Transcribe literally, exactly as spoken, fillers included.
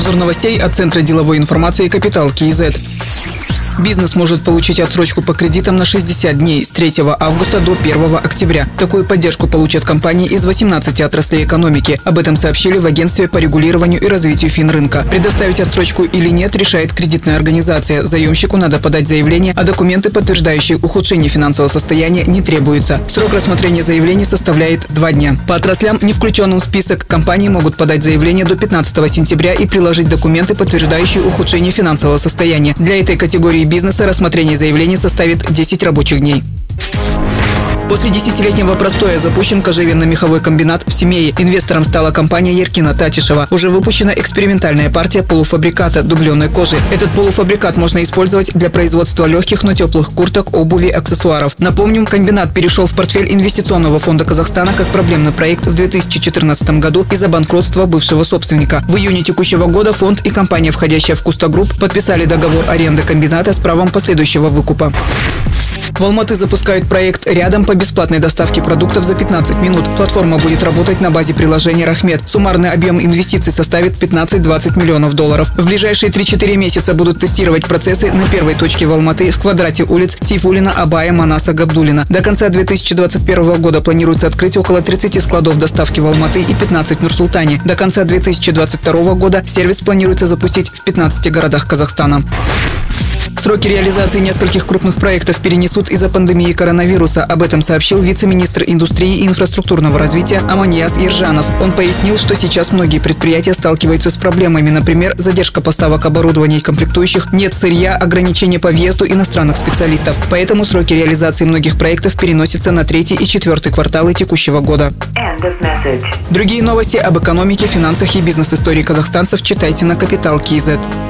Обзор новостей от Центра деловой информации «Капитал КИЗ». Бизнес может получить отсрочку по кредитам на шестьдесят дней с третьего августа до первого октября. Такую поддержку получат компании из восемнадцати отраслей экономики. Об этом сообщили в Агентстве по регулированию и развитию финрынка. Предоставить отсрочку или нет, решает кредитная организация. Заемщику надо подать заявление, а документы, подтверждающие ухудшение финансового состояния, не требуются. Срок рассмотрения заявлений составляет два дня. По отраслям, не включенным в список, компании могут подать заявление до пятнадцатого сентября и приложить документы, подтверждающие ухудшение финансового состояния. Для этой категории бизнеса рассмотрение заявлений составит десять рабочих дней. После десятилетнего простоя запущен кожевенно-меховой комбинат в Семее. Инвестором стала компания Яркина Татишева. Уже выпущена экспериментальная партия полуфабриката дубленой кожи. Этот полуфабрикат можно использовать для производства легких, но теплых курток, обуви, аксессуаров. Напомним, комбинат перешел в портфель Инвестиционного фонда Казахстана как проблемный проект в две тысячи четырнадцатом году из-за банкротства бывшего собственника. В июне текущего года фонд и компания, входящая в Куста Групп, подписали договор аренды комбината с правом последующего выкупа. В Алматы запускают проект «Рядом» по бесплатной доставке продуктов за пятнадцать минут. Платформа будет работать на базе приложения «Рахмет». Суммарный объем инвестиций составит пятнадцать-двадцать миллионов долларов. В ближайшие три-четыре месяца будут тестировать процессы на первой точке в Алматы в квадрате улиц Сейфуллина, Абая, Манаса, Габдуллина. До конца две тысячи двадцать первого года планируется открыть около тридцати складов доставки в Алматы и пятнадцати в Нур-Султане. До конца две тысячи двадцать второго года сервис планируется запустить в пятнадцати городах Казахстана. Сроки реализации нескольких крупных проектов перенесут из-за пандемии коронавируса. Об этом сообщил вице-министр индустрии и инфраструктурного развития Аманияз Ержанов. Он пояснил, что сейчас многие предприятия сталкиваются с проблемами, например, задержка поставок оборудования и комплектующих, нет сырья, ограничения по въезду иностранных специалистов. Поэтому сроки реализации многих проектов переносятся на третий и четвертый кварталы текущего года. Другие новости об экономике, финансах и бизнес-истории казахстанцев читайте на Капитал КИЗ.